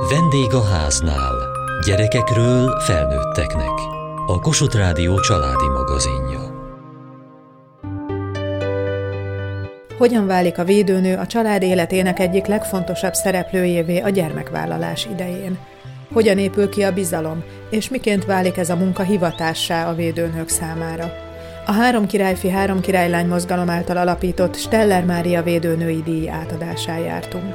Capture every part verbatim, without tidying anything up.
Vendég a háznál. Gyerekekről felnőtteknek. A Kossuth Rádió családi magazinja. Hogyan válik a védőnő a család életének egyik legfontosabb szereplőjévé a gyermekvállalás idején? Hogyan épül ki a bizalom, és miként válik ez a munka hivatássá a védőnők számára? A Három királyfi, három királylány mozgalom által alapított Steller Mária védőnői díj átadásán jártunk.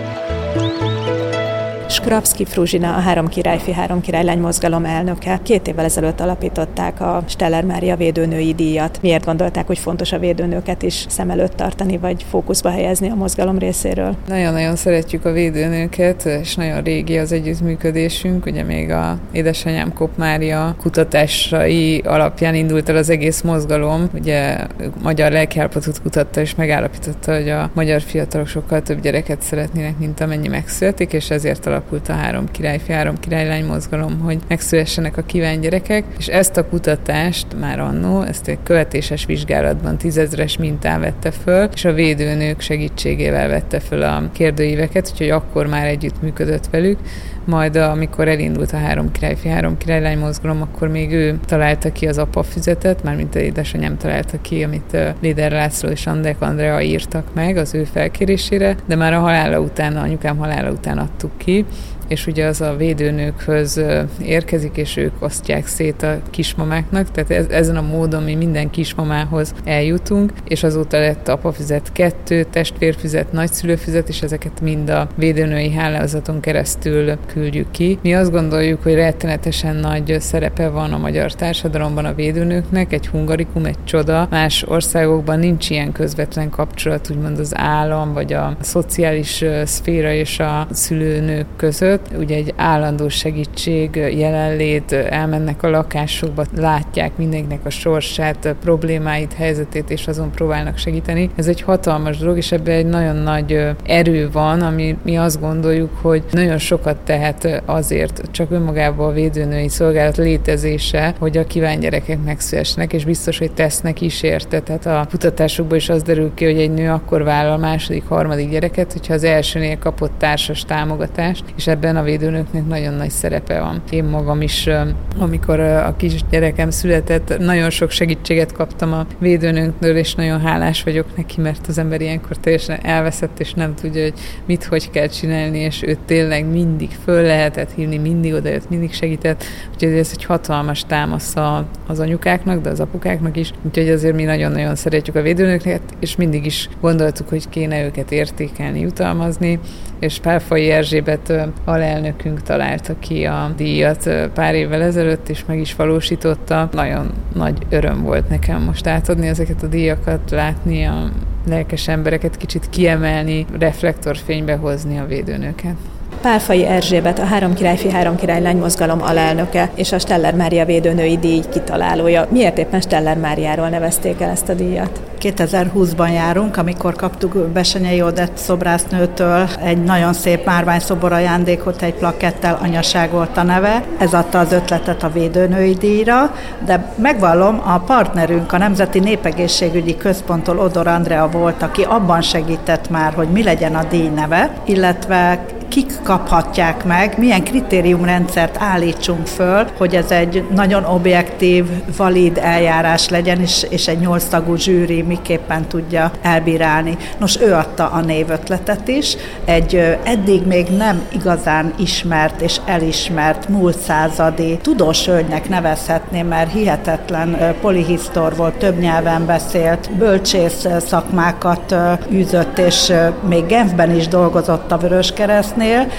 Skrapszky Fruzsina, a Három királyfi, három királylány mozgalom elnöke. Két évvel ezelőtt alapították a Steller Mária védőnői díjat. Miért gondolták, hogy fontos a védőnőket is szem előtt tartani, vagy fókuszba helyezni a mozgalom részéről? Nagyon-nagyon szeretjük a védőnőket, és nagyon régi az együttműködésünk. Ugye még a édesanyám Kopp Mária kutatásai alapján indult el az egész mozgalom. Ugye magyar lelkiállapotot kutatta, és megállapította, hogy a magyar fiatalok sokkal több gyereket szeretnének, mint amennyi megszületik, és ezért alapult a Három királyfi, három királylány mozgalom, hogy megszülessenek a kívánt gyerekek, és ezt a kutatást már annó, ezt egy követéses vizsgálatban tízezres mintán vette föl, és a védőnők segítségével vette föl a kérdőíveket, úgyhogy akkor már együttműködött velük. Majd amikor elindult a Három királyfi, három királylány mozgalom, akkor még ő találta ki az apafüzetet, mármint az édesanyám találta ki, amit Léder László és Andek Andrea írtak meg az ő felkérésére, de már a halála után, a anyukám halála után adtuk ki, és ugye az a védőnőkhöz érkezik, és ők osztják szét a kismamáknak, tehát ez, ezen a módon mi minden kismamához eljutunk, és azóta lett apafüzet kettő, testvérfüzet, nagyszülőfüzet, és ezeket mind a védőnői hálózaton keresztül küldjük ki. Mi azt gondoljuk, hogy rettenetesen nagy szerepe van a magyar társadalomban a védőnőknek, egy hungarikum, egy csoda. Más országokban nincs ilyen közvetlen kapcsolat, úgymond az állam, vagy a szociális szféra és a szülőnők között. Ugye egy állandó segítség, jelenlét, elmennek a lakásokba, látják mindenkinek a sorsát, problémáit, helyzetét, és azon próbálnak segíteni. Ez egy hatalmas dolog, és ebben egy nagyon nagy erő van, ami mi azt gondoljuk, hogy nagyon sokat tehet azért csak önmagában a védőnői szolgálat létezése, hogy a kívánt gyerekek megszülessenek, és biztos, hogy tesznek is érte. Tehát a kutatásokból is az derül ki, hogy egy nő akkor vállal második, harmadik gyereket, hogyha az elsőnél kapott társas támogatást, és ebben a védőnöknek nagyon nagy szerepe van. Én magam is, amikor a kisgyerekem született, nagyon sok segítséget kaptam a védőnőktől, és nagyon hálás vagyok neki, mert az ember ilyenkor teljesen elveszett, és nem tudja, hogy mit, hogy kell csinálni, és őt tényleg mindig föl lehetett hívni, mindig odajött, mindig segített. Úgyhogy ez egy hatalmas támasz az anyukáknak, de az apukáknak is. Úgyhogy azért mi nagyon-nagyon szeretjük a védőnöket, és mindig is gondoltuk, hogy kéne őket értékelni, jutalmazni, és Pálfai Erzsébet alelnökünk találta ki a díjat pár évvel ezelőtt, és meg is valósította. Nagyon nagy öröm volt nekem most átadni ezeket a díjakat, látni a lelkes embereket, kicsit kiemelni, reflektorfénybe hozni a védőnőket. Pálfai Erzsébet, a Három királyfi, három királylány mozgalom alelnöke, és a Steller Mária védőnői díj kitalálója. Miért éppen Steller Máriáról nevezték el ezt a díjat? kétezer-húszban járunk, amikor kaptuk Bessenyei Odett szobrásznőtől egy nagyon szép márványszobor ajándékot, egy plakettel, Anyaság volt a neve. Ez adta az ötletet a védőnői díjra, de megvallom, a partnerünk, a Nemzeti Népegészségügyi Központtól Odor Andrea volt, aki abban segített már, hogy mi legyen a díj neve, illetve kik kaphatják meg, milyen kritériumrendszert állítsunk föl, hogy ez egy nagyon objektív, valid eljárás legyen, és, és egy nyolctagú zsűri miképpen tudja elbírálni. Nos, ő adta a névötletet is, egy eddig még nem igazán ismert és elismert múlt századi tudós hölgynek nevezhetném, mert hihetetlen polihisztor volt, több nyelven beszélt, bölcsész szakmákat űzött, és még Genfben is dolgozott a Vöröskeresztnél,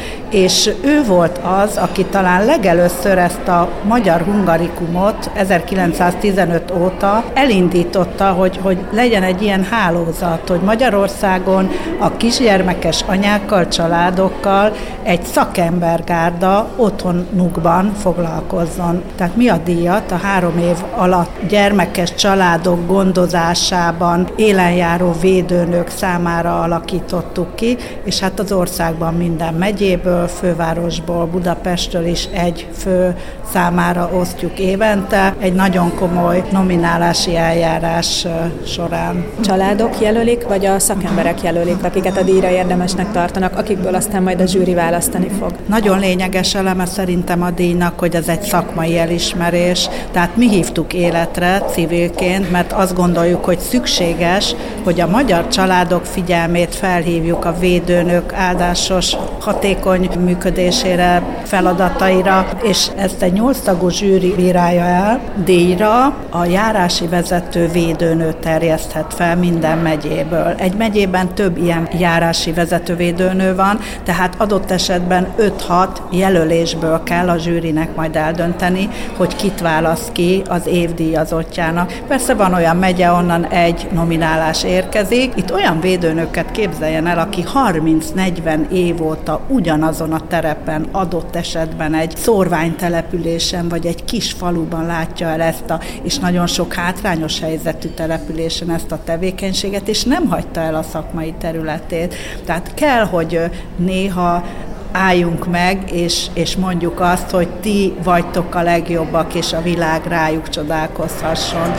és ő volt az, aki talán legelőször ezt a magyar hungarikumot ezerkilencszáztizenöt óta elindította, hogy, hogy legyen egy ilyen hálózat, hogy Magyarországon a kisgyermekes anyákkal, családokkal egy szakembergárda otthonukban foglalkozzon. Tehát mi a díjat a három év alatt gyermekes családok gondozásában élenjáró védőnők számára alakítottuk ki, és hát az országban minden minden megyéből, fővárosból, Budapestről is egy fő számára osztjuk évente, egy nagyon komoly nominálási eljárás során. Családok jelölik, vagy a szakemberek jelölik, akiket a díjra érdemesnek tartanak, akikből aztán majd a zsűri választani fog? Nagyon lényeges eleme szerintem a díjnak, hogy ez egy szakmai elismerés, tehát mi hívtuk életre civilként, mert azt gondoljuk, hogy szükséges, hogy a magyar családok figyelmét felhívjuk a védőnök áldásos, hatékony működésére, feladataira, és ezt egy nyolctagú zsűri bírálja el. Díjra a járási vezető védőnő terjeszthet fel minden megyéből. Egy megyében több ilyen járási vezető védőnő van, tehát adott esetben öt-hat jelölésből kell a zsűrinek majd eldönteni, hogy kit választ ki az év díjazottjának. Persze van olyan megye, onnan egy nominálás érkezik. Itt olyan védőnöket képzeljen el, aki harminc-negyven év óta ugyanazon a terepen, adott esetben egy szórványtelepülésen, vagy egy kis faluban látja el ezt a, és nagyon sok hátrányos helyzetű településen ezt a tevékenységet, és nem hagyta el a szakmai területét. Tehát kell, hogy néha álljunk meg, és, és mondjuk azt, hogy ti vagytok a legjobbak, és a világ rájuk csodálkozhasson.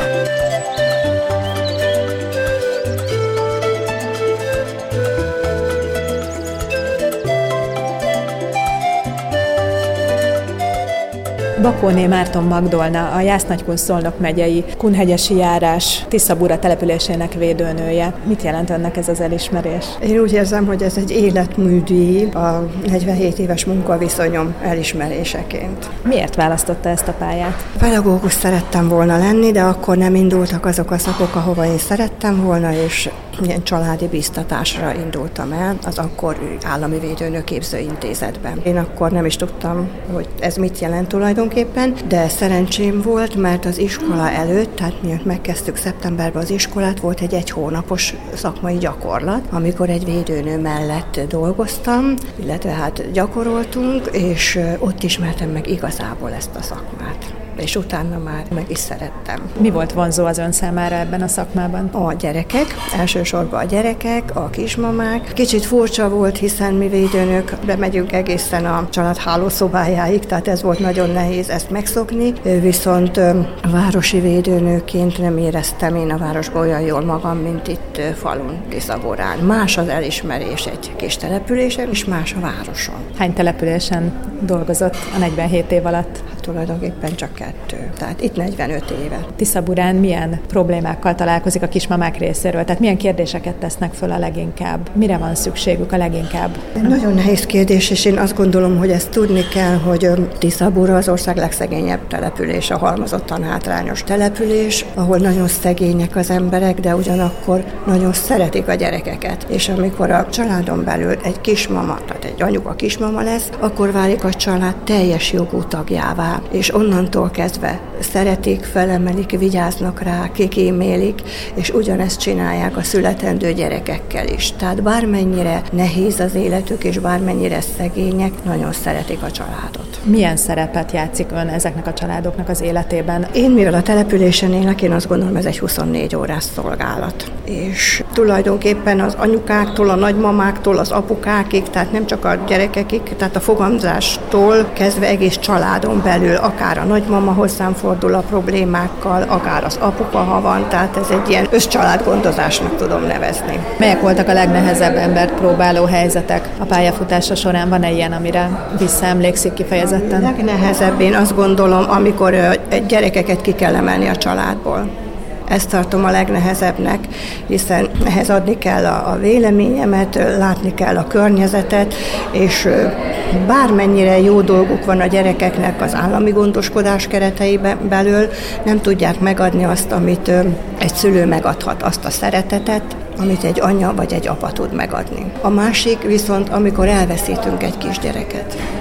Bakóné Márton Magdolna, a Jász-Nagykun-Szolnok megyei Kunhegyesi járás Tiszabura településének védőnője. Mit jelent önnek ez az elismerés? Én úgy érzem, hogy ez egy életműdíj a negyvenhét éves munkaviszonyom elismeréseként. Miért választotta ezt a pályát? Pedagógus szerettem volna lenni, de akkor nem indultak azok a szakok, ahova én szerettem volna, és ilyen családi bíztatásra indultam el az akkori állami védőnőképző intézetben. Én akkor nem is tudtam, hogy ez mit jelent tulajdonképpen, de szerencsém volt, mert az iskola előtt, tehát miatt megkezdtük szeptemberben az iskolát, volt egy egy hónapos szakmai gyakorlat, amikor egy védőnő mellett dolgoztam, illetve hát gyakoroltunk, és ott ismertem meg igazából ezt a szakmát. És utána már meg is szerettem. Mi volt vonzó az ön számára ebben a szakmában? A gyerekek, elsősorban a gyerekek, a kismamák. Kicsit furcsa volt, hiszen mi védőnök bemegyünk egészen a család hálószobájáig, tehát ez volt nagyon nehéz ezt megszokni, viszont a városi védőnőként nem éreztem én a városban olyan jól magam, mint itt falun, Tiszaborán. Más az elismerés egy kis településen, és más a városon. Hány településen dolgozott a negyvenhét év alatt? Hát tulajdonképpen csak kettő. Tehát itt negyvenöt éve. Tiszaburán milyen problémákkal találkozik a kismamák részéről? Tehát milyen kérdéseket tesznek föl a leginkább? Mire van szükségük a leginkább? Nagyon nehéz kérdés, és én azt gondolom, hogy ezt tudni kell, hogy Tiszabura az ország legszegényebb település, a halmozottan hátrányos település, ahol nagyon szegények az emberek, de ugyanakkor nagyon szeretik a gyerekeket. És amikor a családon belül egy kismama, tehát egy anyuka kismama lesz, akkor válik a család teljes jogú tagjává, és onnantól kezdve szeretik, felemelik, vigyáznak rá, kikímélik, és ugyanezt csinálják a születendő gyerekekkel is. Tehát bármennyire nehéz az életük, és bármennyire szegények, nagyon szeretik a családot. Milyen szerepet játszik ön ezeknek a családoknak az életében? Én, mivel a településen élek, én azt gondolom, ez egy huszonnégy órás szolgálat. És tulajdonképpen az anyukáktól, a nagymamáktól, az apukákig, tehát nem csak a gyerekekig, tehát a fogamzástól kezdve egész családon belül, akár a nagymama hozzám fordul a problémákkal, akár az apuka, ha van, tehát ez egy ilyen összcsaládgondozásnak tudom nevezni. Melyek voltak a legnehezebb embert próbáló helyzetek a pályafutása során? Van-e ilyen, amire visszaemlékszik kifejezetten? A legnehezebb, én azt gondolom, amikor gyerekeket ki kell emelni a családból. Ezt tartom a legnehezebbnek, hiszen ehhez adni kell a véleményemet, látni kell a környezetet, és bármennyire jó dolguk van a gyerekeknek az állami gondoskodás kereteiben belül, nem tudják megadni azt, amit egy szülő megadhat, azt a szeretetet, amit egy anya vagy egy apa tud megadni. A másik viszont, amikor elveszítünk egy kisgyereket.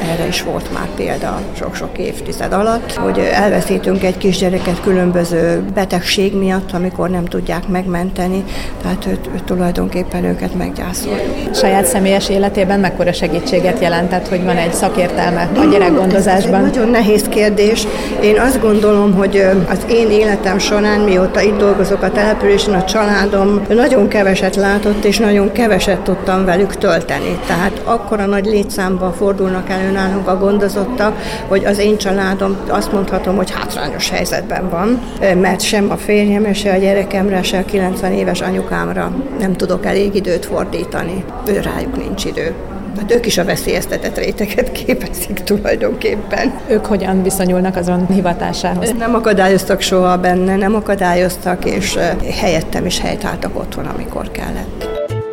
erre is volt már példa sok-sok évtized alatt, hogy elveszítünk egy kisgyereket különböző betegség miatt, amikor nem tudják megmenteni, tehát őt, őt tulajdonképpen őket meggyászoljuk. Saját személyes életében mekkora segítséget jelentett, hogy van egy szakértelme a gyerekgondozásban? Ez egy nagyon nehéz kérdés. Én azt gondolom, hogy az én életem során, mióta itt dolgozok a településen, a családom nagyon keveset látott, és nagyon keveset tudtam velük tölteni. Tehát akkora nagy létszámban fordulnak elő nálunk a gondozottak, hogy az én családom azt mondhatom, hogy hátrányos helyzetben van, mert sem a férjemre, se a gyerekemre, se a kilencven éves anyukámra nem tudok elég időt fordítani. Ő rájuk nincs idő. Hát ők is a veszélyeztetett réteget képezik tulajdonképpen. Ők hogyan viszonyulnak azon hivatásához? Nem akadályoztak soha benne, nem akadályoztak, és helyettem is helytáltak otthon, amikor kellett.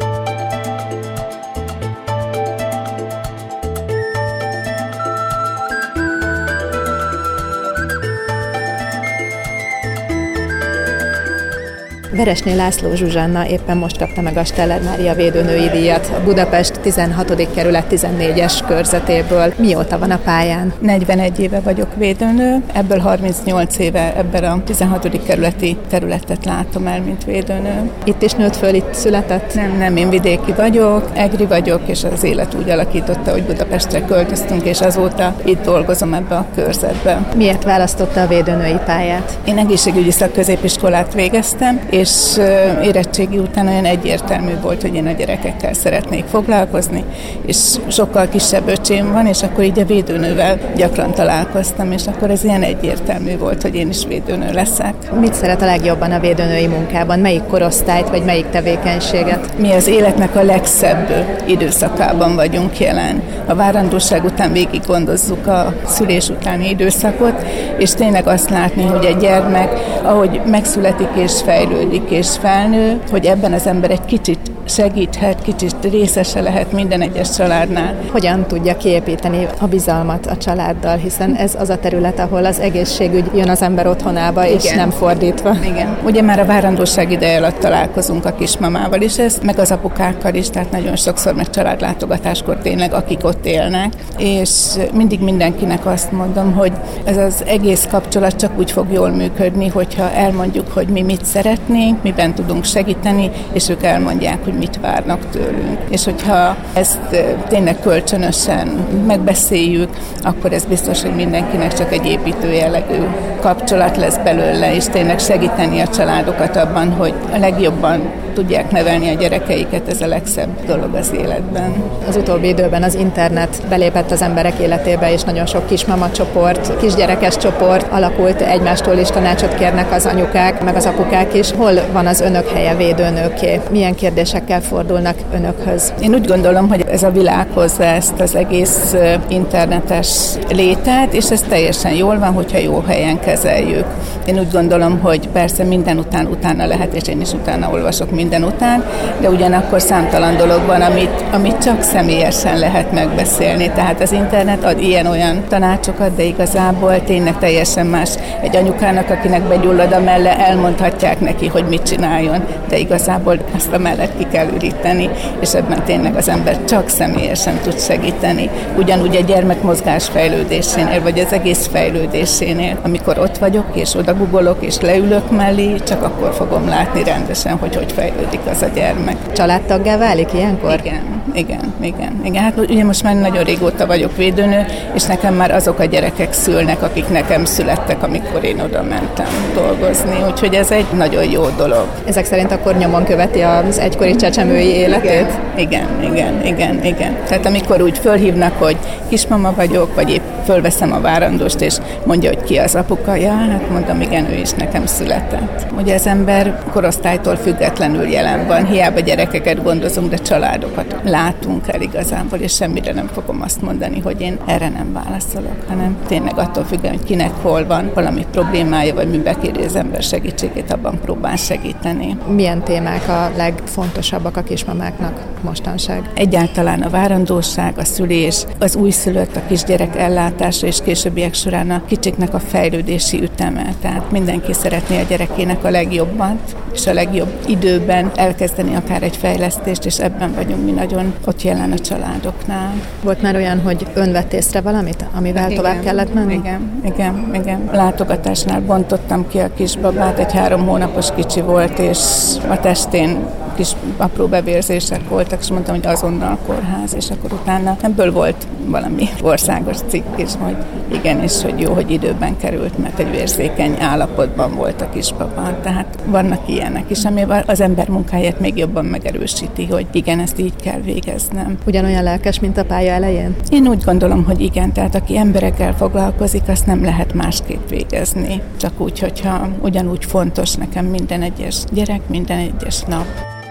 Veresné László Zsuzsanna éppen most kapta meg a Steller Mária védőnői díjat a Budapest tizenhatodik kerület tizennégyes körzetéből. Mióta van a pályán? negyvenegy éve vagyok védőnő, ebből harmincnyolc éve ebben a tizenhatodik kerületi területet látom el, mint védőnő. Itt is nőtt föl, itt született? Nem, nem, én vidéki vagyok, egri vagyok, és az élet úgy alakította, hogy Budapestre költöztünk, és azóta itt dolgozom ebbe a körzetben. Miért választotta a védőnői pályát? Én egészségügyi szakközépiskolát végeztem, és érettségi után olyan egyértelmű volt, hogy én a gyerekekkel szeretnék foglalkozni, és sokkal kisebb öcsém van, és akkor így a védőnővel gyakran találkoztam, és akkor ez ilyen egyértelmű volt, hogy én is védőnő leszek. Mit szeret a legjobban a védőnői munkában? Melyik korosztályt, vagy melyik tevékenységet? Mi az életnek a legszebb időszakában vagyunk jelen. A várandóság után végig gondozzuk a szülés utáni időszakot, és tényleg azt látni, hogy a gyermek, ahogy megszületik és fejlődik, és felnő, hogy ebben az ember egy kicsit segíthet, kicsit részese lehet minden egyes családnál. Hogyan tudja kiépíteni a bizalmat a családdal, hiszen ez az a terület, ahol az egészségügy jön az ember otthonába, és igen, nem fordítva. Igen. Ugye már a várandóság ideje alatt találkozunk a kismamával is, ez, meg az apukákkal is, tehát nagyon sokszor meg családlátogatáskor tényleg, akik ott élnek, és mindig mindenkinek azt mondom, hogy ez az egész kapcsolat csak úgy fog jól működni, hogyha elmondjuk, hogy mi mit szeretnénk, miben tudunk segíteni, és ők elmondják, hogy mit várnak tőlünk. És hogyha ezt tényleg kölcsönösen megbeszéljük, akkor ez biztos, hogy mindenkinek csak egy építő jellegű kapcsolat lesz belőle, és tényleg segíteni a családokat abban, hogy a legjobban tudják nevelni a gyerekeiket, ez a legszebb dolog az életben. Az utóbbi időben az internet belépett az emberek életébe, és nagyon sok kismama csoport, kisgyerekes csoport alakult, egymástól is tanácsot kérnek az anyukák, meg az apukák is. Hol van az önök helye védőnőké? Milyen kérdésekkel fordulnak önökhöz? Én úgy gondolom, hogy ez a világ hozza ezt az egész internetes létet, és ez teljesen jól van, hogyha jó helyen kezeljük. Én úgy gondolom, hogy persze minden után utána lehet, és én is utána olvasok minden után, de ugyanakkor számtalan dolog van, amit, amit csak személyesen lehet megbeszélni. Tehát az internet ad ilyen-olyan tanácsokat, de igazából tényleg teljesen más. Egy anyukának, akinek begyullad a melle, elmondhatják neki, hogy mit csináljon, de igazából azt a mellet ki kell üríteni, és ebben tényleg az ember csak személyesen tud segíteni. Ugyanúgy a gyermek mozgás fejlődésénél, vagy az egész fejlődésénél. Amikor ott vagyok, és oda googolok, és leülök mellé, csak akkor fogom látni rendesen, hogy hogy fejlődik az a gyermek. Családtaggá válik ilyenkor? Igen, igen, igen, igen. Hát ugye most már nagyon régóta vagyok védőnő, és nekem már azok a gyerekek szülnek, akik nekem születtek, amikor én oda mentem dolgozni. Úgyhogy ez egy nagyon jó dolog. Ezek szerint akkor nyomon követi az egykori csecsemői életét? Igen, igen, igen, igen. Tehát amikor úgy fölhívnak, hogy kismama vagyok, vagy épp fölveszem a várandóst, és mondja, hogy ki az apuka, ja, hát mondom, igen, ő is nekem született. Ugye az ember korosztálytól függetlenül jelen van, hiába gyerekeket gondozunk, de családokat látunk el igazából, és semmire nem fogom azt mondani, hogy én erre nem válaszolok, hanem tényleg attól függően, hogy kinek hol van valami problémája, vagy mibe kéri az ember segítségét, abban próbál segíteni. Milyen témák a legfontosabbak a kismamáknak mostanság? Egyáltalán a várandóság, a szülés, az újszülött, a kisgyerek ellátása, és későbbiek során a kicsiknek a fejlődési üteme. Tehát mindenki szeretné a gyerekének a legjobban, és a legjobb időben elkezdeni akár egy fejlesztést, és ebben vagyunk mi nagyon nagyon ott jelen a családoknál. Volt már olyan, hogy ön vett észre valamit, amivel igen, tovább kellett menni? Igen, igen, igen. Látogatásnál bontottam ki a kisbabát, egy három hónapos kicsi volt, és a testén kis apró bevérzések voltak, és mondtam, hogy azonnal kórház, és akkor utána ebből volt valami országos cikk is, hogy igenis, hogy jó, hogy időben került, mert egy vérzékeny állapotban volt a kisbaba. Tehát vannak ilyenek is, amivel az ember munkáját még jobban megerősíti, hogy igen, ezt így kell végeznem. Ugyanolyan lelkes, mint a pálya elején? Én úgy gondolom, hogy igen, tehát aki emberekkel foglalkozik, azt nem lehet másképp végezni. Csak úgy, hogyha ugyanúgy fontos nekem minden egyes gyerek, minden egyes nap.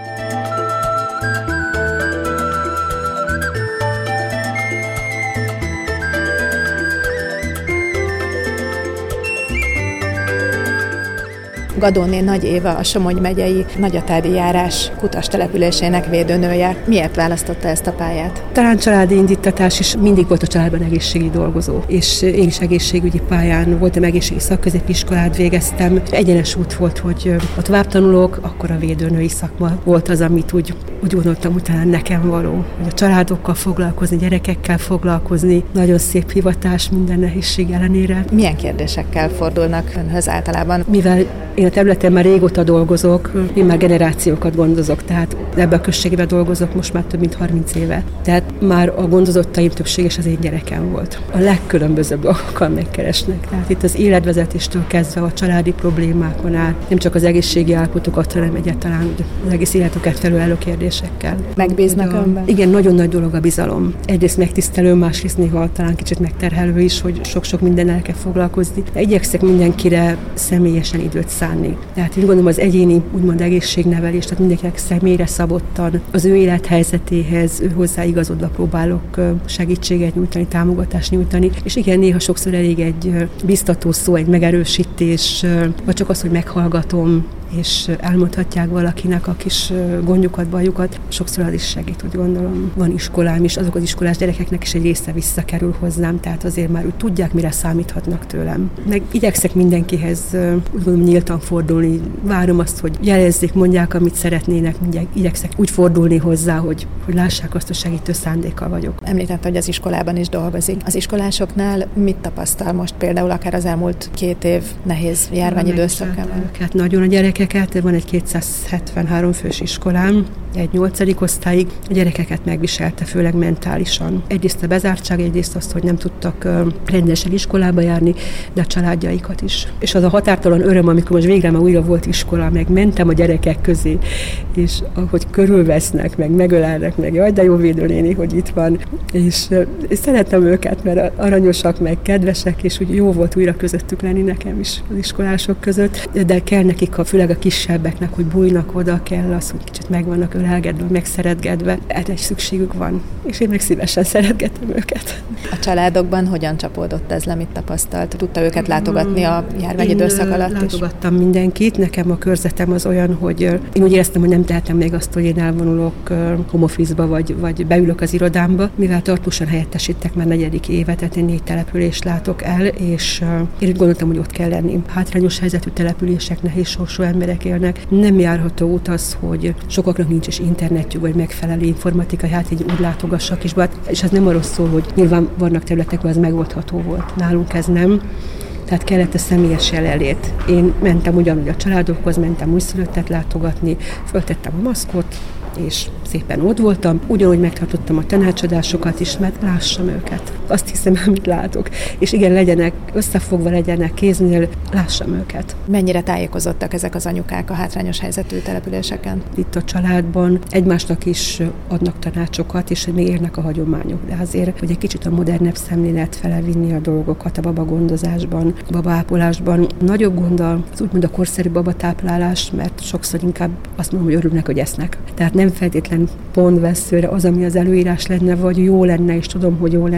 Gadóné Nagy Éva, a Somogy megyei Nagyatádi járás kutas településének védőnője. Miért választotta ezt a pályát? Talán családi indítatás is, mindig volt a családban egészségügyi dolgozó, és én is egészségügyi pályán voltam, egészségügyi szakközépiskolát végeztem. Egyenes út volt, hogy ha tovább tanulok, akkor a védőnői szakma volt az, amit úgy, úgy gondoltam utána nekem való, hogy a családokkal foglalkozni, gyerekekkel foglalkozni, nagyon szép hivatás minden nehézség ellenére. Milyen kérdésekkel fordulnak önhöz általában? Mivel én a területen már régóta dolgozok, én már generációkat gondozok, tehát ebben a községben dolgozok most már több mint harminc éve. Tehát már a gondozottaim többséges az én gyerekem volt. A legkülönbözőbb dolgokkal megkeresnek. Tehát itt az életvezetéstől kezdve a családi problémákon át, nem csak az egészségi állapotokat, hanem egyáltalán az egész életüket felülelő kérdésekkel. Megbíznak önben? Igen, nagyon nagy dolog a bizalom. Egyrészt megtisztelő, másrészt néha talán kicsit megterhelő is, hogy sok-sok mindennel kell foglalkozni. De igyekszek mindenkire személyesen időt szánni. Tehát én gondolom az egyéni, úgymond egészségnevelés, tehát mindenkinek személyre szabottan, az ő élethelyzetéhez, ő hozzá igazodva próbálok segítséget nyújtani, támogatást nyújtani. És igen, néha sokszor elég egy biztató szó, egy megerősítés, vagy csak az, hogy meghallgatom, és elmondhatják valakinek a kis gondjukat, bajukat. Sokszor az is segít, úgy gondolom. Van iskolám is, azok az iskolás gyerekeknek is egy része visszakerül hozzám, tehát azért már úgy tudják, mire számíthatnak tőlem. Meg igyekszek mindenkihez úgy gondolom nyíltan fordulni. Várom azt, hogy jelezzék, mondják, amit szeretnének, mindjárt igyekszek úgy fordulni hozzá, hogy, hogy lássák azt, hogy segítő szándékkal vagyok. Említett, hogy az iskolában is dolgozik. Az iskolásoknál mit tapasztal most például akár az elmúlt két év nehéz járványidőszakában? Hát nagyon a gyerekek van egy kétszázhetvenhárom fős iskolám, egy nyolcadik osztályig a gyerekeket megviselte, főleg mentálisan. Egyrészt a bezártság, egyrészt azt, hogy nem tudtak rendesen iskolába járni, de a családjaikat is. És az a határtalan öröm, amikor most végre már újra volt iskola, meg mentem a gyerekek közé, és ahogy körülvesznek, meg megölelnek, meg jaj, de jó védőnéni, hogy itt van, és, és szeretem őket, mert aranyosak, meg kedvesek, és úgy jó volt újra közöttük lenni nekem is az iskolások között, de kell nekik, a, főleg a kisebbeknek, hogy bújnak oda, kell az, hogy kicsit meg vannak ölelgedve, megszeretgedve. Erre is szükségük van, és én meg szívesen szeretgetem őket. A családokban hogyan csapódott ez le, mit tapasztalt? Tudta őket látogatni a járványidőszak alatt is? Látogattam mindenkit, nekem a körzetem az olyan, hogy én úgy éreztem, hogy nem tehetem még azt, hogy én elvonulok home office-ba, vagy, vagy beülök az irodámba, mivel tartósan helyettesítek már negyedik évet, tehát én négy települést látok el, és én úgy gondoltam, hogy ott kell lenni. Hátrányos helyzetű települések, nehéz sorsú emberek élnek. Nem járható út az, hogy sokaknak nincs is internetjük, vagy megfelelő informatikai, hát így úgy látogassak is, és ez nem arról szól, hogy nyilván vannak területek, ahol ez megoldható volt. Nálunk ez nem. Tehát kellett a személyes jelenlét. Én mentem ugyanúgy a családokhoz, mentem újszülöttet látogatni, föltettem a maszkot, és szépen ott voltam. Ugyanúgy megtartottam a tanácsadásokat is, mert lássam őket. Azt hiszem, amit látok. És igen, legyenek összefogva, legyenek kéznél, lássam őket. Mennyire tájékozottak ezek az anyukák a hátrányos helyzetű településeken? Itt a családban egymásnak is adnak tanácsokat, és még érnek a hagyományok. De azért, hogy egy kicsit a modernebb szemlélet felevinni a dolgokat a babagondozásban, a babaápolásban. Nagyobb gond az úgymond a korszerű babatáplálás, mert sokszor inkább azt mondom, hogy örülnek, hogy esznek. Tehát nem feltétlen pont veszőre az, ami az előírás lenne, vagy jó lenne, és tudom, hogy jó lenne, és úgy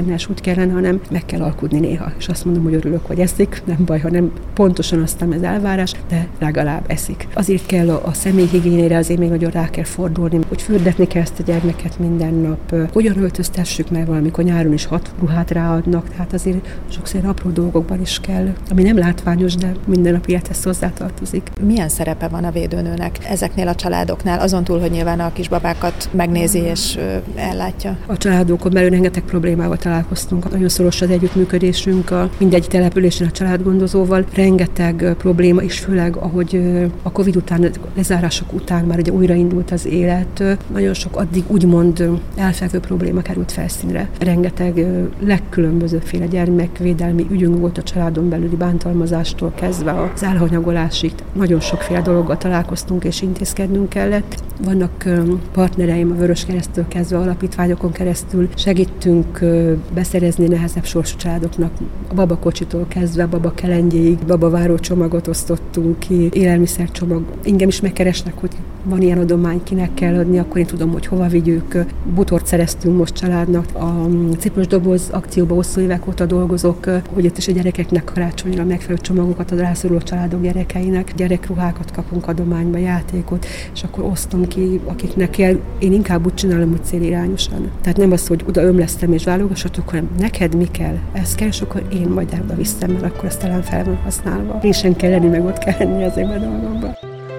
kellene, hanem meg kell alkudni néha. És azt mondom, hogy örülök, hogy eszik, nem baj, ha nem pontosan aztán ez elvárás, de legalább eszik. Azért kell a, a személyhigiénére azért még nagyon rá kell fordulni, hogy fürdetni kell ezt a gyermeket minden nap, hogyan öltöztessük meg, valamikor nyáron is hat ruhát ráadnak, tehát azért sokszor apró dolgokban is kell, ami nem látványos, de minden nap élethez hozzátartozik. Milyen szerepe van a védőnőnek ezeknél a családoknál, azon túl, hogy nyilván a kisbabákat megnézi és ellátja? A családokon belül rengeteg problémával találkoztunk. Nagyon szoros az együttműködésünk a mindegy településen a családgondozóval. Rengeteg probléma, és főleg, ahogy a Covid után, lezárások után már ugye újraindult az élet, nagyon sok addig úgymond elfekvő probléma került felszínre. Rengeteg legkülönbözőféle gyermekvédelmi ügyünk volt a családon belüli bántalmazástól kezdve az elhanyagolásig. Nagyon sokféle dologgal találkoztunk és intézkednünk kellett. Vannak partnereim a Vöröskereszttől kezdve alapítványokon keresztül segítünk beszerezni nehezebb sorsú családoknak, a babakocsitól kezdve babakelendjéig, babaváró csomagot osztottunk ki, élelmiszercsomag. Engem is megkeresnek, hogy van ilyen adomány, kinek kell adni, akkor én tudom, hogy hova vigyük. Butort szereztünk most családnak. A Ciprus doboz akcióban hosszú évek óta dolgozok, hogy itt is a gyerekeknek karácsonyra megfelelő csomagokat a rászoruló családok gyerekeinek. Gyerekruhákat kapunk adományba, játékot, és akkor osztom ki, akiknek kell. Én inkább úgy csinálom, hogy célirányosan. Tehát nem az, hogy oda ömlesztem és válogassatok, hanem neked mi kell, ez kell, és akkor én majd oda viszem, mert akkor ezt talán fel van használva. Résen kell lenni, meg ott kell lenni ezekben a dolgokban.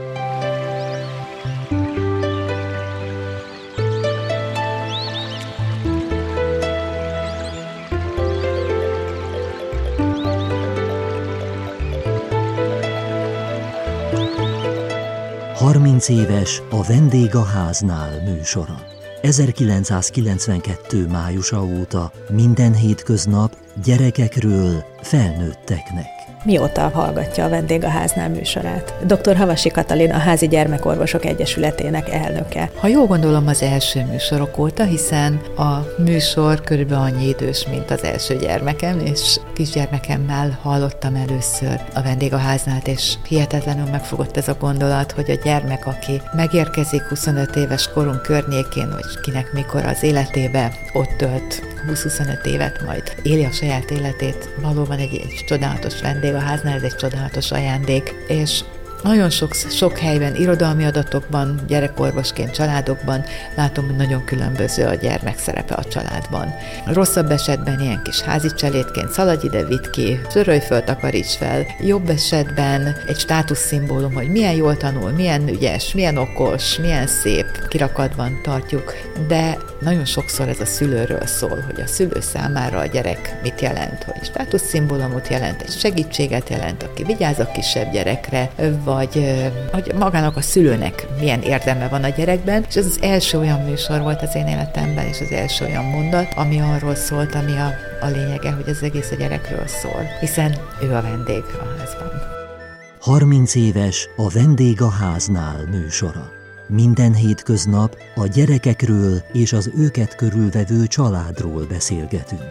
harminc éves a Vendég a háznál műsora. ezerkilencszázkilencvenkettő májusa óta minden hétköznap gyerekekről felnőtteknek. Mióta hallgatja a Vendég a háznál műsorát? doktor Havasi Katalin, a Házi Gyermekorvosok Egyesületének elnöke. Ha jól gondolom, az első műsorok óta, hiszen a műsor körülbelül annyi idős, mint az első gyermekem, és kisgyermekemmel hallottam először a Vendég a háznál, és hihetetlenül megfogott ez a gondolat, hogy a gyermek, aki megérkezik huszonöt éves korunk környékén, vagy kinek mikor az életébe, ott tölt húsz-huszonöt évet, majd éli a saját életét, valóban egy, egy csodálatos vendég a háznál, ez egy csodálatos ajándék, és nagyon sok, sok helyben, irodalmi adatokban, gyerekorvosként, családokban látom, hogy nagyon különböző a gyermek szerepe a családban. Rosszabb esetben ilyen kis házi cselédként szaladj ide, vidd ki, törölj föl, takaríts fel. Jobb esetben egy státuszszimbólum, hogy milyen jól tanul, milyen ügyes, milyen okos, milyen szép, kirakatban tartjuk, de nagyon sokszor ez a szülőről szól, hogy a szülő számára a gyerek mit jelent, hogy státuszszimbólumot jelent, egy segítséget jelent, aki vigyáz a kisebb gyerekre, vagy hogy magának a szülőnek milyen érdeme van a gyerekben, és ez az első olyan műsor volt az én életemben, és az első olyan mondat, ami arról szólt, ami a, a lényege, hogy az egész a gyerekről szól, hiszen ő a vendég a házban. harminc éves a Vendég a háznál műsora. Minden hétköznap a gyerekekről és az őket körülvevő családról beszélgetünk.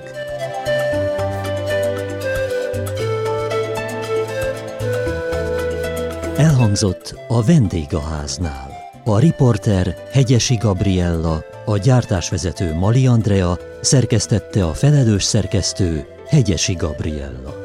Elhangzott a Vendég a háznál. A riporter Hegyesi Gabriella, a gyártásvezető Mali Andrea, szerkesztette a felelős szerkesztő Hegyesi Gabriella.